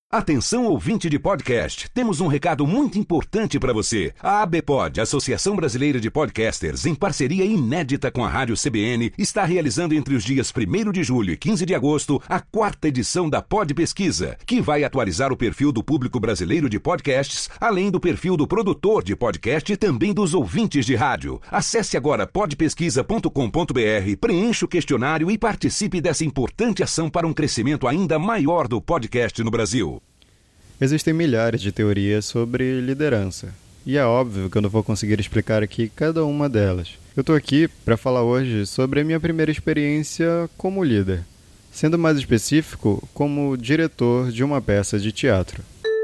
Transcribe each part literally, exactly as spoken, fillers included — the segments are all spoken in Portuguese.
Atenção, ouvinte de podcast, temos um recado muito importante para você. A ABPOD, Associação Brasileira de Podcasters, em parceria inédita com a Rádio C B N, está realizando entre os dias primeiro de julho e quinze de agosto a quarta edição da Pod Pesquisa, que vai atualizar o perfil do público brasileiro de podcasts, além do perfil do produtor de podcast e também dos ouvintes de rádio. Acesse agora pod pesquisa ponto com ponto b r, preencha o questionário e participe dessa importante ação para um crescimento ainda maior do podcast no Brasil. Existem milhares de teorias sobre liderança, e é óbvio que eu não vou conseguir explicar aqui cada uma delas. Eu estou aqui para falar hoje sobre a minha primeira experiência como líder, sendo mais específico, como diretor de uma peça de teatro.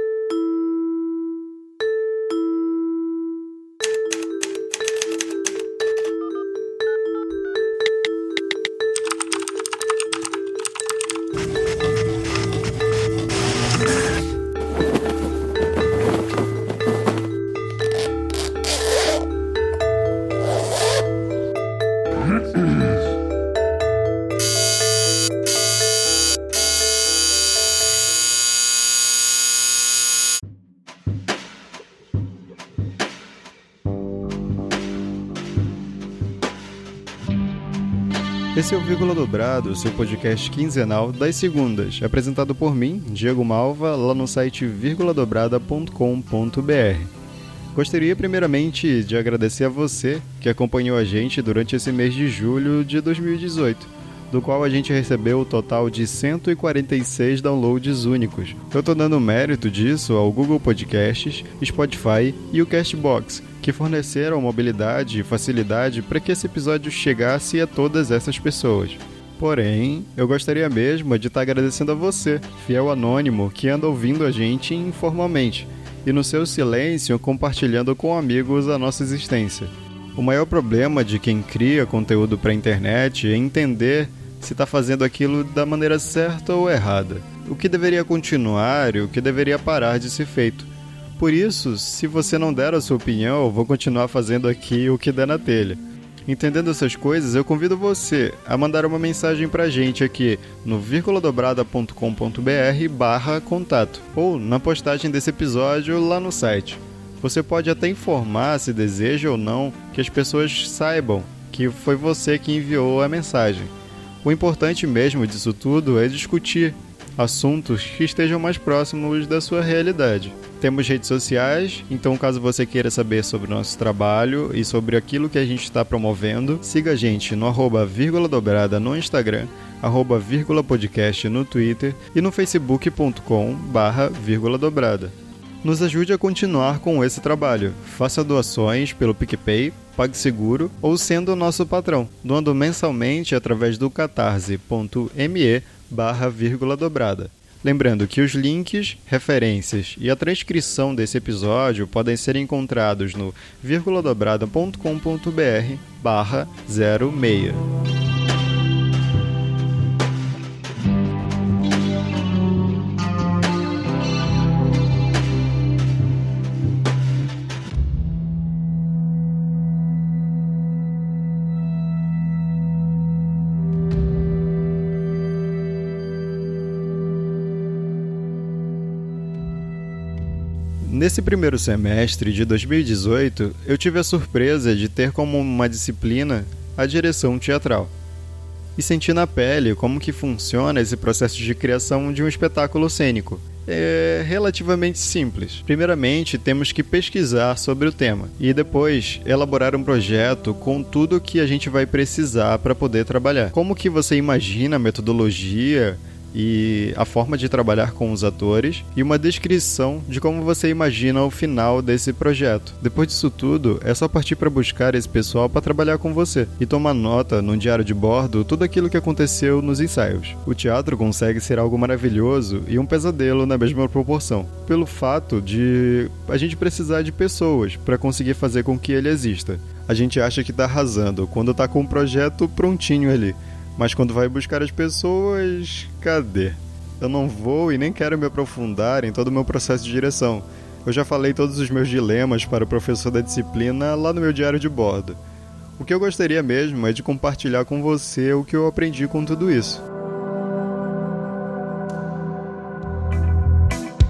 Esse é o Vírgula Dobrado, seu podcast quinzenal das segundas, apresentado por mim, Diego Malva, lá no site vírgula dobrada ponto com ponto b r. Gostaria primeiramente de agradecer a você que acompanhou a gente durante esse mês de julho de dois mil e dezoito, do qual a gente recebeu o total de cento e quarenta e seis downloads únicos. Eu estou dando mérito disso ao Google Podcasts, Spotify e o Castbox, que forneceram mobilidade e facilidade para que esse episódio chegasse a todas essas pessoas. Porém, eu gostaria mesmo de estar agradecendo a você, fiel anônimo, que anda ouvindo a gente informalmente e no seu silêncio compartilhando com amigos a nossa existência. O maior problema de quem cria conteúdo para a internet é entender se está fazendo aquilo da maneira certa ou errada, o que deveria continuar e o que deveria parar de ser feito. Por isso, se você não der a sua opinião, eu vou continuar fazendo aqui o que der na telha. Entendendo essas coisas, eu convido você a mandar uma mensagem pra gente aqui no vírgula dobrada ponto com ponto b r barra contato ou na postagem desse episódio lá no site. Você pode até informar, se deseja ou não, que as pessoas saibam que foi você que enviou a mensagem. O importante mesmo disso tudo é discutir assuntos que estejam mais próximos da sua realidade. Temos redes sociais, então caso você queira saber sobre o nosso trabalho e sobre aquilo que a gente está promovendo, siga a gente no arroba vírgula dobrada no Instagram, arroba vírgula podcast no Twitter e no facebook ponto com barra vírgula dobrada. Nos ajude a continuar com esse trabalho. Faça doações pelo PicPay, PagSeguro ou sendo nosso patrão, doando mensalmente através do catarse ponto me barra vírgula dobrada. Lembrando que os links, referências e a transcrição desse episódio podem ser encontrados no vírgula dobrada ponto com ponto b r barra zero seis. Nesse primeiro semestre de dois mil e dezoito, eu tive a surpresa de ter como uma disciplina a direção teatral. E senti na pele como que funciona esse processo de criação de um espetáculo cênico. É relativamente simples. Primeiramente, temos que pesquisar sobre o tema e depois elaborar um projeto com tudo o que a gente vai precisar para poder trabalhar. Como que você imagina a metodologia e a forma de trabalhar com os atores e uma descrição de como você imagina o final desse projeto. Depois disso tudo, é só partir para buscar esse pessoal para trabalhar com você e tomar nota num diário de bordo tudo aquilo que aconteceu nos ensaios. O teatro consegue ser algo maravilhoso e um pesadelo na mesma proporção, pelo fato de a gente precisar de pessoas para conseguir fazer com que ele exista. A gente acha que está arrasando quando está com um projeto prontinho ali, mas quando vai buscar as pessoas, cadê? Eu não vou e nem quero me aprofundar em todo o meu processo de direção. Eu já falei todos os meus dilemas para o professor da disciplina lá no meu diário de bordo. O que eu gostaria mesmo é de compartilhar com você o que eu aprendi com tudo isso.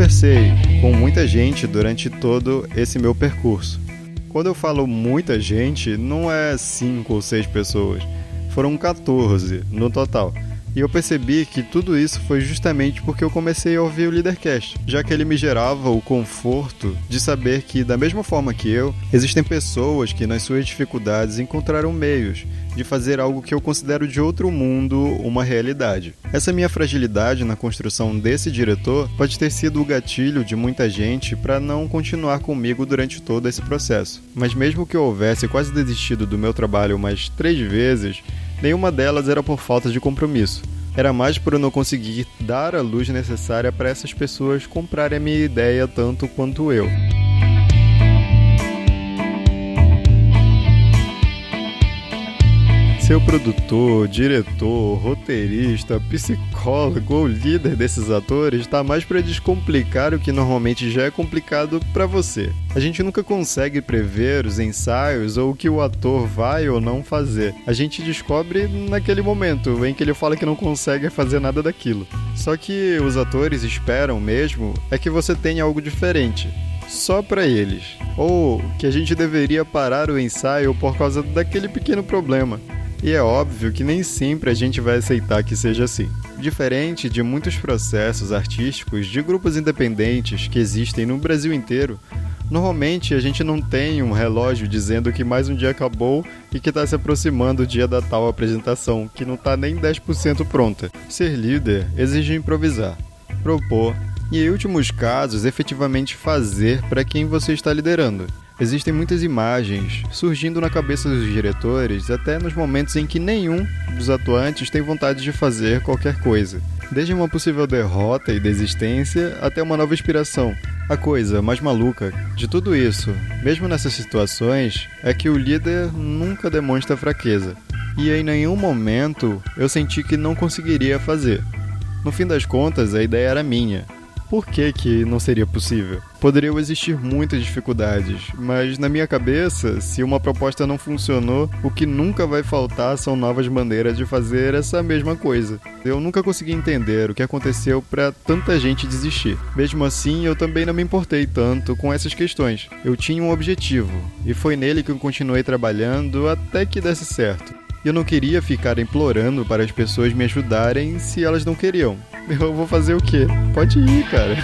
conversei com muita gente durante todo esse meu percurso. Quando eu falo muita gente, não é cinco ou seis pessoas, foram quatorze no total. E eu percebi que tudo isso foi justamente porque eu comecei a ouvir o Leadercast, já que ele me gerava o conforto de saber que, da mesma forma que eu, existem pessoas que nas suas dificuldades encontraram meios de fazer algo que eu considero de outro mundo uma realidade. Essa minha fragilidade na construção desse diretor pode ter sido o gatilho de muita gente para não continuar comigo durante todo esse processo. Mas mesmo que eu houvesse quase desistido do meu trabalho umas três vezes, nenhuma delas era por falta de compromisso. Era mais por eu não conseguir dar a luz necessária para essas pessoas comprarem a minha ideia tanto quanto eu. Ser o produtor, diretor, roteirista, psicólogo ou líder desses atores está mais para descomplicar o que normalmente já é complicado para você. A gente nunca consegue prever os ensaios ou o que o ator vai ou não fazer. A gente descobre naquele momento em que ele fala que não consegue fazer nada daquilo. Só que os atores esperam mesmo é que você tenha algo diferente, só para eles. Ou que a gente deveria parar o ensaio por causa daquele pequeno problema. E é óbvio que nem sempre a gente vai aceitar que seja assim. Diferente de muitos processos artísticos de grupos independentes que existem no Brasil inteiro, normalmente a gente não tem um relógio dizendo que mais um dia acabou e que está se aproximando o dia da tal apresentação, que não está nem dez por cento pronta. Ser líder exige improvisar, propor e, em últimos casos, efetivamente fazer para quem você está liderando. Existem muitas imagens surgindo na cabeça dos diretores, até nos momentos em que nenhum dos atuantes tem vontade de fazer qualquer coisa. Desde uma possível derrota e desistência até uma nova inspiração. A coisa mais maluca de tudo isso, mesmo nessas situações, é que o líder nunca demonstra fraqueza. E em nenhum momento eu senti que não conseguiria fazer. No fim das contas, a ideia era minha. Por que que não seria possível? Poderiam existir muitas dificuldades, mas na minha cabeça, se uma proposta não funcionou, o que nunca vai faltar são novas maneiras de fazer essa mesma coisa. Eu nunca consegui entender o que aconteceu para tanta gente desistir. Mesmo assim, eu também não me importei tanto com essas questões. Eu tinha um objetivo, e foi nele que eu continuei trabalhando até que desse certo. E eu não queria ficar implorando para as pessoas me ajudarem se elas não queriam. Eu vou fazer o quê? Pode ir, cara.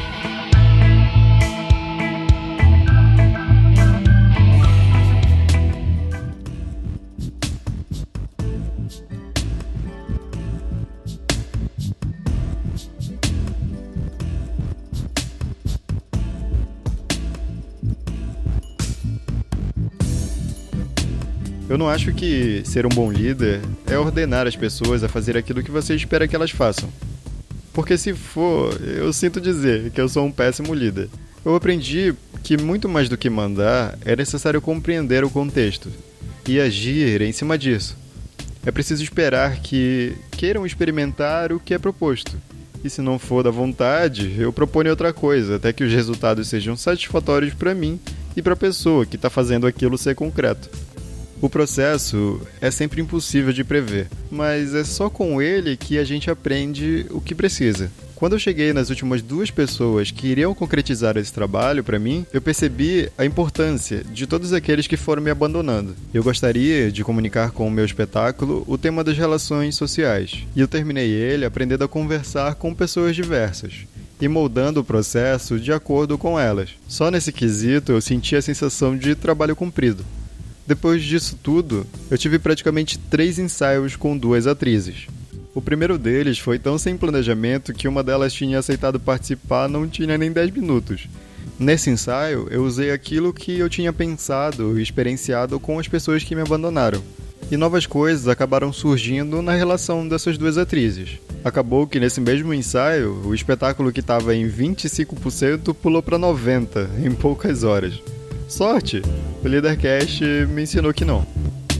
Eu não acho que ser um bom líder é ordenar as pessoas a fazer aquilo que você espera que elas façam. Porque se for, eu sinto dizer que eu sou um péssimo líder. Eu aprendi que muito mais do que mandar, é necessário compreender o contexto e agir em cima disso. É preciso esperar que queiram experimentar o que é proposto. E se não for da vontade, eu proponho outra coisa, até que os resultados sejam satisfatórios para mim e para a pessoa que está fazendo aquilo ser concreto. O processo é sempre impossível de prever, mas é só com ele que a gente aprende o que precisa. Quando eu cheguei nas últimas duas pessoas que iriam concretizar esse trabalho para mim, eu percebi a importância de todos aqueles que foram me abandonando. Eu gostaria de comunicar com o meu espetáculo o tema das relações sociais, e eu terminei ele aprendendo a conversar com pessoas diversas e moldando o processo de acordo com elas. Só nesse quesito eu senti a sensação de trabalho cumprido. Depois disso tudo, eu tive praticamente três ensaios com duas atrizes. O primeiro deles foi tão sem planejamento que uma delas tinha aceitado participar não tinha nem dez minutos. Nesse ensaio, eu usei aquilo que eu tinha pensado e experienciado com as pessoas que me abandonaram. E novas coisas acabaram surgindo na relação dessas duas atrizes. Acabou que nesse mesmo ensaio, o espetáculo que estava em vinte e cinco por cento pulou para noventa por cento em poucas horas. Sorte! O Leadercast me ensinou que não.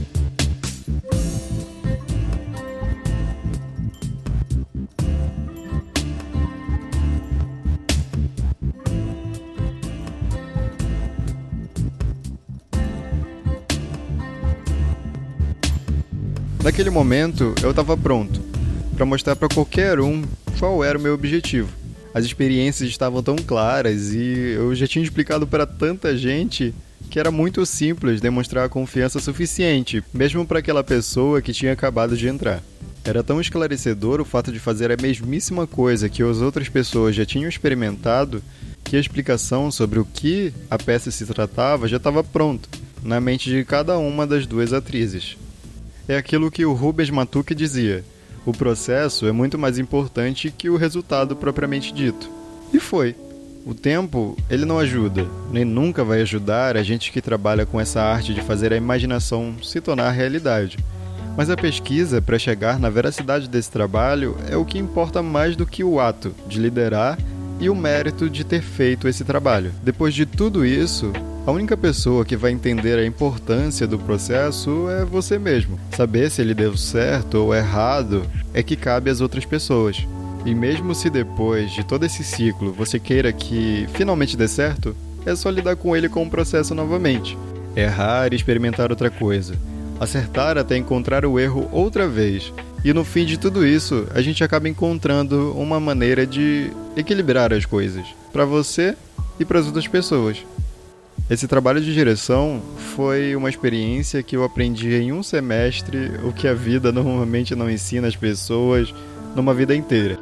Naquele momento, eu estava pronto para mostrar para qualquer um qual era o meu objetivo. As experiências estavam tão claras e eu já tinha explicado para tanta gente que era muito simples demonstrar a confiança suficiente, mesmo para aquela pessoa que tinha acabado de entrar. Era tão esclarecedor o fato de fazer a mesmíssima coisa que as outras pessoas já tinham experimentado, que a explicação sobre o que a peça se tratava já estava pronta, na mente de cada uma das duas atrizes. É aquilo que o Rubens Matuque dizia: o processo é muito mais importante que o resultado propriamente dito. E foi. O tempo, ele não ajuda, nem nunca vai ajudar a gente que trabalha com essa arte de fazer a imaginação se tornar realidade. Mas a pesquisa para chegar na veracidade desse trabalho é o que importa mais do que o ato de liderar e o mérito de ter feito esse trabalho. Depois de tudo isso, a única pessoa que vai entender a importância do processo é você mesmo. Saber se ele deu certo ou errado é que cabe às outras pessoas. E mesmo se depois de todo esse ciclo você queira que finalmente dê certo, é só lidar com ele com o processo novamente. Errar e experimentar outra coisa. Acertar até encontrar o erro outra vez. E no fim de tudo isso, a gente acaba encontrando uma maneira de equilibrar as coisas, para você e para as outras pessoas. Esse trabalho de direção foi uma experiência que eu aprendi em um semestre, o que a vida normalmente não ensina as pessoas numa vida inteira.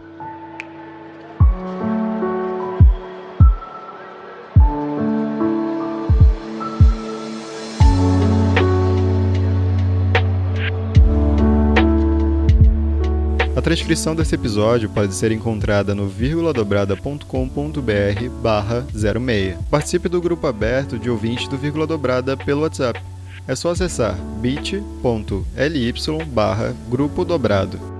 A transcrição desse episódio pode ser encontrada no vírgula dobrada ponto com ponto b r barra zero seis. Participe do grupo aberto de ouvintes do Vírgula Dobrada pelo WhatsApp. É só acessar bit ponto l y barra grupo dobrado.